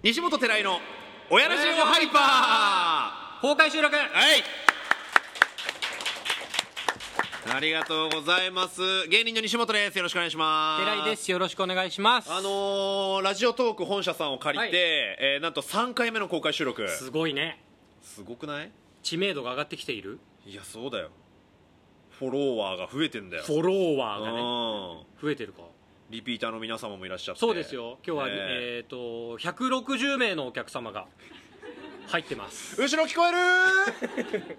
西本寺井の親ラジオハイパ公開収録。 ー。はい、ありがとうございます。芸人の西本です。よろしくお願いします。 寺井です。よろしくお願いします。 ラジオトーク本社さんを借りて、なんと3回目の公開収録。 すごいね。 すごくない？ 知名度が上がってきている。 いや、そうだよ。フォロワーが増えてんだよ。 フォロワーがね、増えてるか。 リピーターの皆様もいらっしゃって。 そうですよ。今日は、160名のお客様が入ってます。 後ろ聞こえる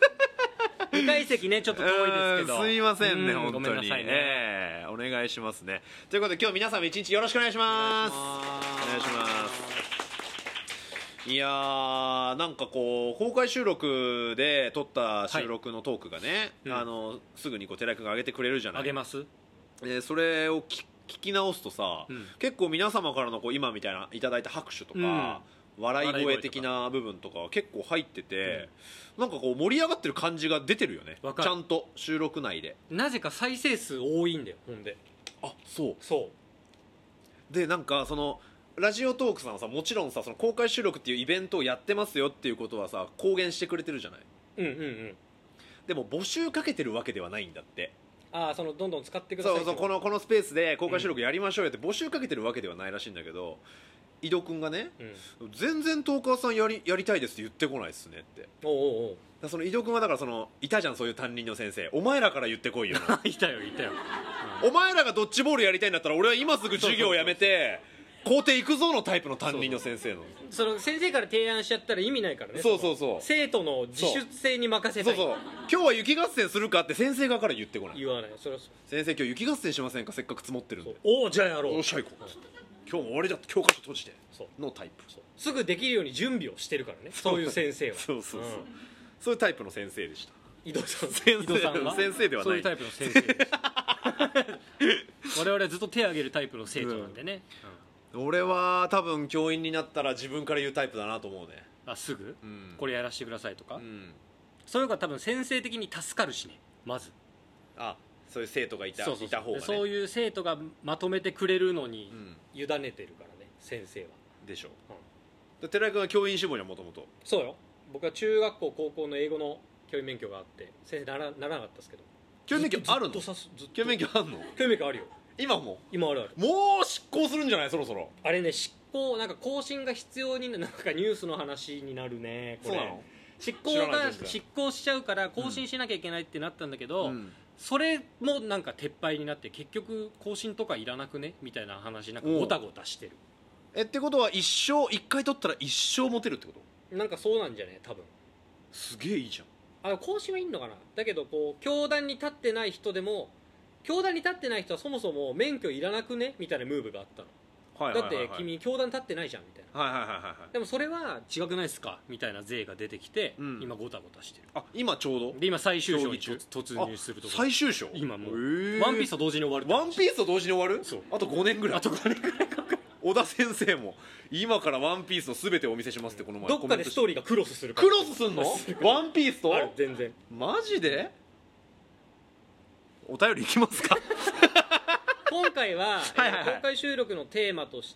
2階席ね、ちょっと遠いですけど、 すいませんね、本当に。 ごめんなさいね。 お願いしますね。ということで今日皆さんも一日よろしくお願いします。お願いします。いやー、なんかこう公開収録で撮った収録のトークがね、すぐにこう寺井君が上げてくれるじゃない。 上げます。 それを聞き直すとさ、結構皆様からのこう今みたいないただいた拍手とか、笑い声的な部分とか結構入ってて、なんかこう盛り上がってる感じが出てるよね。ちゃんと収録内でなぜか再生数多いんだよ。ほんで、 あ、そうそうで、なんかそのラジオトークさんはさ、もちろんさ、その公開収録っていうイベントをやってますよっていうことはさ公言してくれてるじゃない。でも募集かけてるわけではないんだって。 そのどんどん使ってください。 そう、このスペースで公開収録やりましょうよって募集かけてるわけではないらしいんだけど、井戸君がね、全然トーカーさんやりたいですって言ってこないっすねって。その井戸君はだからいたじゃん、そういう担任の先生。お前らから言ってこいよいたよ、 お前らがドッジボールやりたいんだったら俺は今すぐ授業をやめて校庭行くぞのタイプの担任の先生の。 その先生から提案しちゃったら意味ないからね。 そう生徒の自主性に任せたい。 今日は雪合戦するかって先生側から言ってこない。 言わない。それは先生今日雪合戦しませんか、せっかく積もってるんで。 じゃあやろう。 よっしゃ行こう、今日も終わりだって教科書閉じてのタイプ。 すぐできるように準備をしてるからね、そういう先生は。 そういうタイプの先生でした。 井戸さんは先生ではない。 そういうタイプの先生でした我々はずっと手を挙げるタイプの生徒なんでね。 俺は多分教員になったら自分から言うタイプだなと思うね。 すぐ、これやらせてくださいとか、そういうのが多分先生的に助かるしね。まずそういう生徒がいた方がね。 そういう生徒がまとめてくれるのに委ねてるからね、先生は。 でしょ。寺井君は教員志望にはもともと。 そうよ。僕は中学校高校の英語の教員免許があって、先生ならなかったですけど。 教員免許あるの？教員免許あるの？ 教員免許あるよ。今ある。 もう執行するんじゃない、そろそろ。 あれね、執行なんか更新が必要に、なんかニュースの話になるね、これ。そうなの？執行しちゃうから更新しなきゃいけないってなったんだけど、それもなんか撤廃になって、結局更新とかいらなくねみたいな話、なんかゴタゴタしてる。 ってことは一回取ったら一生持てるってこと？ なんかそうなんじゃね、多分。 すげえいいじゃん。 更新はいいのかな。だけどこう教壇に立ってない人でも、教壇に立ってない人はそもそも免許いらなくねみたいなムーブがあったの。だって君教壇立ってないじゃんみたいな。でもそれは違くないですかみたいな税が出てきて、今ゴタゴタしてる。 今ちょうどで、今最終章に突入するところ。 最終章？ 今もうワンピースと同時に終わる。 ワンピースと同時に終わる？そう。あと5年ぐらい。かかる。小田先生も今からワンピースの全てをお見せしますってこの前どっかでストーリーがクロスするから。 クロスすんの？ワンピースと？ 全然。 マジで？お便りいきますか？ 今回は公開収録のテーマとして、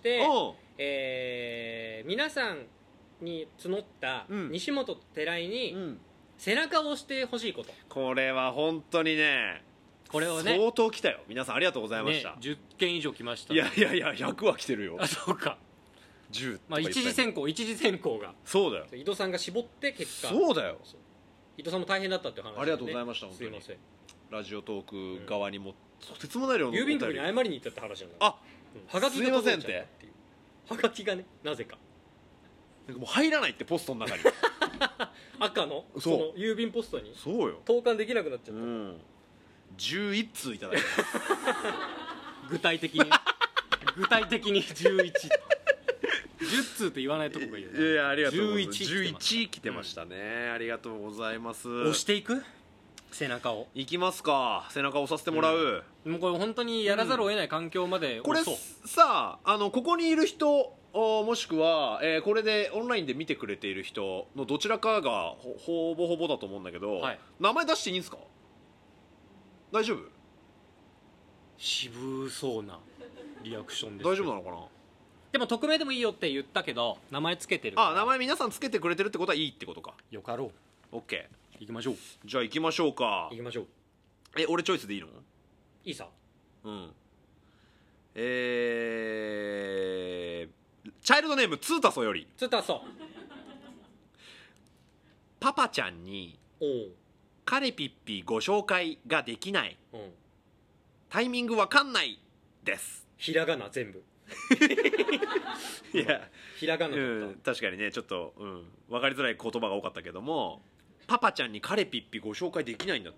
皆さんに募った西本寺井に背中を押してほしいこと。 これは本当にね、これをね相当来たよ。皆さんありがとうございました。 10件以上来ました。 いや100は来てるよ。 そうか。 10。 一次選考が。 そうだよ。 井戸さんが絞って結果。 そうだよ。 井戸さんも大変だったって話。 ありがとうございました。本当にすいません。ラジオトーク側にもとてつもない量の郵便局に謝りに行ったって話なんだ。はがきが届いちゃったっていう。はがきがね、なぜかもう入らないって、ポストの中に赤のその郵便ポストにそうよ、 投函できなくなっちゃった。 11通いただいて具体的に11 10通って言わないとこがいいよね。 いや、ありがとうございます。11来てましたね。ありがとうございます。 押していく背中を。 いきますか。背中を押させてもらう。 もうこれ本当にやらざるを得ない環境までこれさ、ここにいる人もしくは、これでオンラインで見てくれている人のどちらかがほぼほぼだと思うんだけど、名前出していいんですか？大丈夫？ 渋そうなリアクションです。 大丈夫なのかな？ でも匿名でもいいよって言ったけど名前つけてるから。 名前皆さんつけてくれてるってことはいいってことか。 よかろう。 OK、 行きましょう。 じゃあ行きましょうか。 行きましょう。 俺チョイスでいいの？ いいさ。 うん。チャイルドネームツータソより、 ツータソ。 パパちゃんにおう。 カレピッピご紹介ができない、 うん。 タイミングわかんないです。 ひらがな全部。 いや、 ひらがなだった。 確かにねちょっと、分かりづらい言葉が多かったけども、パパちゃんにカレピッピご紹介できないんだって。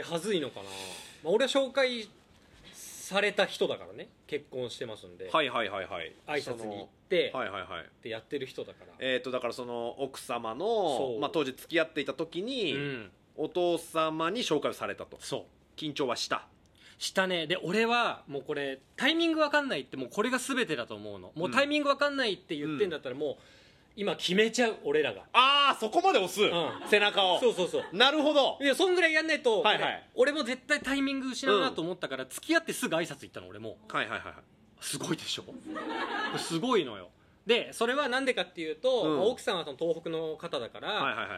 はずいのかな。俺は紹介された人だからね。結婚してますんで。 はいはいはいはい。 挨拶に行ってはいはいはい。 でやってる人だから。 だからその奥様の、当時付き合っていた時に、お父様に紹介をされたと。 そう。 緊張はしたね。で俺はもうこれタイミングわかんないってもうこれが全てだと思うの。もうタイミングわかんないって言ってんだったらもう今決めちゃう俺らが。 そこまで押す、背中を。 そうなるほど。 いやそんぐらいやんないと、 はいはい、 俺も絶対タイミング失うなと思ったから、付き合ってすぐ挨拶行ったの俺も。 はいはいはい。 すごいでしょ。すごいのよ。でそれはなんでかっていうと、奥さんはその東北の方だから、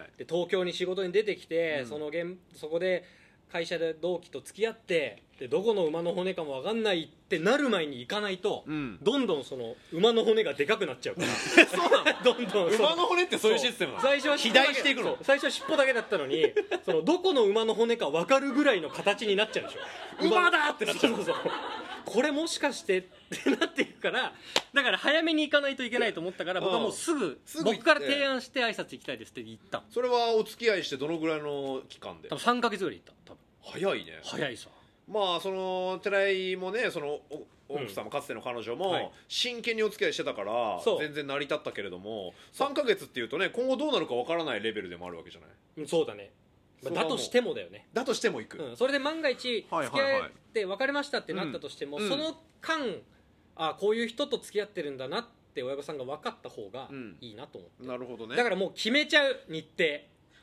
で東京に仕事に出てきて、そこで会社で同期と付き合ってでどこの馬の骨かも分かんないってなる前に行かないと、どんどんその馬の骨がでかくなっちゃうから。 そうなの？ どんどん馬の骨ってそういうシステムなの？ 最初は肥大していくの？ 最初は尻尾だけだったのにそのどこの馬の骨か分かるぐらいの形になっちゃうでしょ。 馬だってなっちゃう。 そうこれもしかしてってなっていくから、だから早めに行かないといけないと思ったから、僕はもうすぐ僕から提案して挨拶行きたいですって言った。 それはお付き合いしてどのぐらいの期間で？ 多分3ヶ月ぐらい行った。多分早いね。 早いさ。 その寺井もね、その奥様、かつての彼女も真剣にお付き合いしてたから全然成り立ったけれども、3ヶ月っていうとね、今後どうなるかわからないレベルでもあるわけじゃない。 そうだね。だとしてもだよね。 だとしても行く、 それで万が一付き合って別れましたってなったとしても、その間こういう人と付き合ってるんだなって親御さんが分かった方がいいなと思って、 なるほどね。 だからもう決めちゃう日程。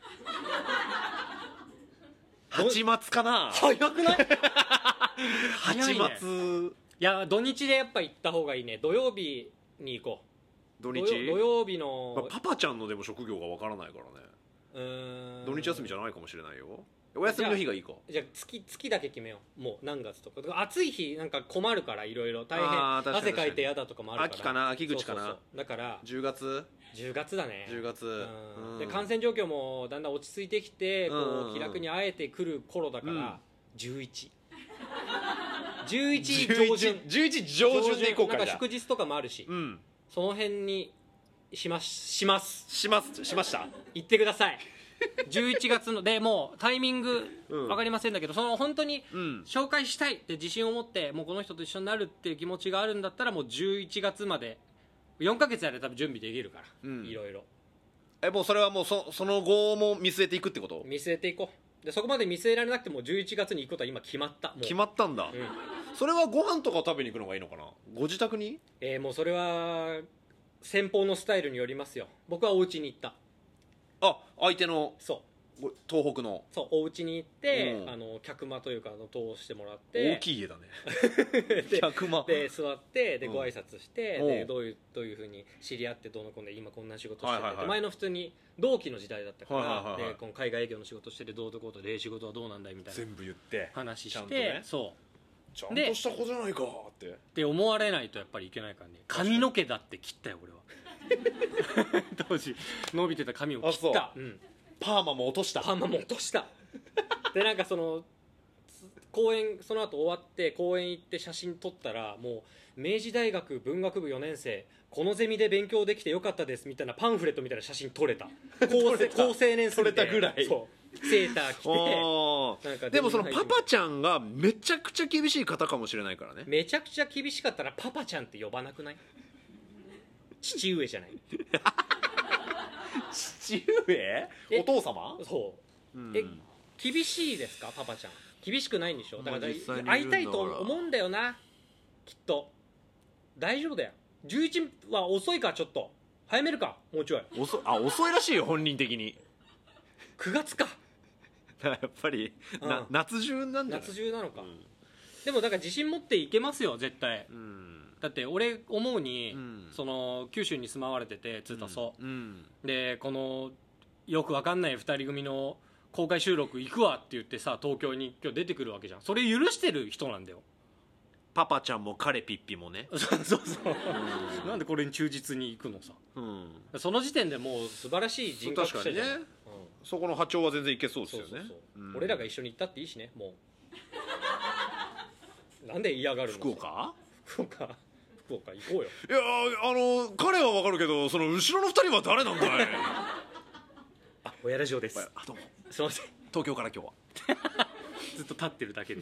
8月かな。 早くない？ 8月。 いや土日でやっぱ行った方がいいね。土曜日に行こう。土曜日の、 パパちゃんのでも職業がわからないからね。土日休みじゃないかもしれないよ。お休みの日がいいか。 じゃあ月だけ決めよう。もう何月とか。暑い日なんか困るから、いろいろ大変。汗かいて嫌だとかもあるから。 秋かな、秋口かな。 だから 10月だね。 10月、 で感染状況もだんだん落ち着いてきて、こう気楽に会えてくる頃だから、11上旬で行こうか。なんか祝日とかもあるし、その辺にしました行ってください。11月のでもうタイミング分かりませんだけど、その本当に紹介したいって自信を持ってもうこの人と一緒になるっていう気持ちがあるんだったら、もう11月まで4ヶ月やれば多分準備できるから、いろいろ。 もうそれはもうその後も見据えていくってこと？ 見据えていこう。でそこまで見据えられなくても11月に行くことは今決まった。 決まったんだ、それはご飯とか食べに行くのがいいのかな、ご自宅に？ もうそれは先方のスタイルによりますよ。僕はお家に行った。 相手の東北のお家に行って、客間というか通してもらって、 大きい家だね。客間で座ってでご挨拶して、でどういうふうに知り合ってどうのこうの今こんな仕事してて、前の普通に同期の時代だったから、でこの海外営業の仕事しててどうとこうとで仕事はどうなんだいみたいな全部言って話して、 ちゃんとした子じゃないかって思われないとやっぱりいけないからね。髪の毛だって切ったよ俺は。当時伸びてた髪を切った。 パーマも落とした。 でなんかその公演その後終わって公演行って写真撮ったら、もう明治大学文学部4年生このゼミで勉強できてよかったですみたいなパンフレットみたいな写真撮れた。高青年すぎて撮れたぐらい。 セーター着て。なんかでもそのパパちゃんがめちゃくちゃ厳しい方かもしれないからね。 めちゃくちゃ厳しかったらパパちゃんって呼ばなくない？父上じゃない。 父上？お父様？ そう、厳しいですかパパちゃん？厳しくないんでしょ。だから会いたいと思うんだよな、きっと。大丈夫だよ。11は遅いか、ちょっと早めるか、もうちょい。 遅いらしいよ本人的に。 9月か。 やっぱり、夏中なんじゃない？ 夏中なのか、でもだから自信持っていけますよ絶対。 だって俺思うに、 うんその九州に住まわれててツータソ、 うんでこのよくわかんない2人組の公開収録行くわって言ってさ東京に今日出てくるわけじゃん。それ許してる人なんだよ。 パパちゃんも彼ピッピもね、 そうそうなんでこれに忠実に行くのさ。 うん、 その時点でもう素晴らしい人格者じゃん。 確かにね、そこの波長は全然いけそうですよね。 そうそうそう、 うん俺らが一緒に行ったっていいしね。もうなんで嫌がるの。 福岡福岡行こうよ。 いや彼はわかるけど、その後ろの2人は誰なんだいあ、親ラジオです。 あ、どうもすいません、 東京から今日はずっと立ってるだけで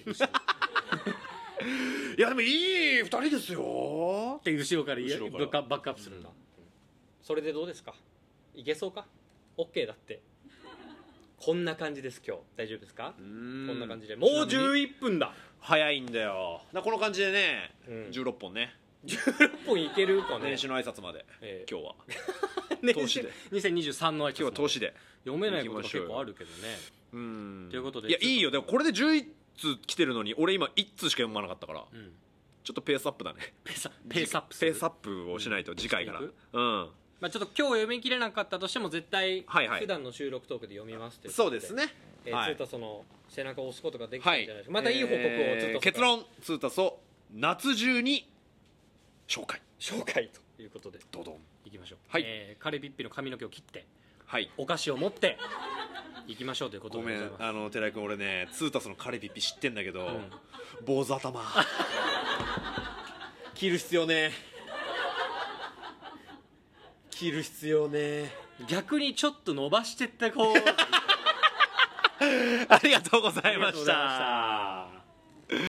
いやでもいい2人ですよ。 で後ろから後ろからバックアップするんだ、それでどうですか。いけそうか。 OK だって。こんな感じです。今日大丈夫ですか。こんな感じでもう11分だ。 早いんだよ。この感じでね、 うん 16本ね、 16分いけるかね。 年始の挨拶まで、今日は年投資で 2023の挨拶今日は投資で読めないことが結構あるけどね。 うんということでいやいいよ。でもこれで11通来てるのに俺今1通しか読まなかったから、 うん、 ちょっとペースアップだね。 ペースアップするペースアップをしないと次回から、 していくうんまあ、ちょっと今日読み切れなかったとしても絶対はいはい普段の収録トークで読みますってそうですね、はいツータその背中を押すことができたんじゃないですか、またいい報告をツータ結論ツータソ夏中に紹介ということでどどんいきましょう、 はいカレピッピの髪の毛を切ってはいお菓子を持っていきましょうということごめんでございます。 寺井君俺ねツータスのカレピッピ知ってんだけど、 ん坊主頭切る必要ね切る必要ね逆にちょっと伸ばしてったこうありがとうございましありがとうございましたた。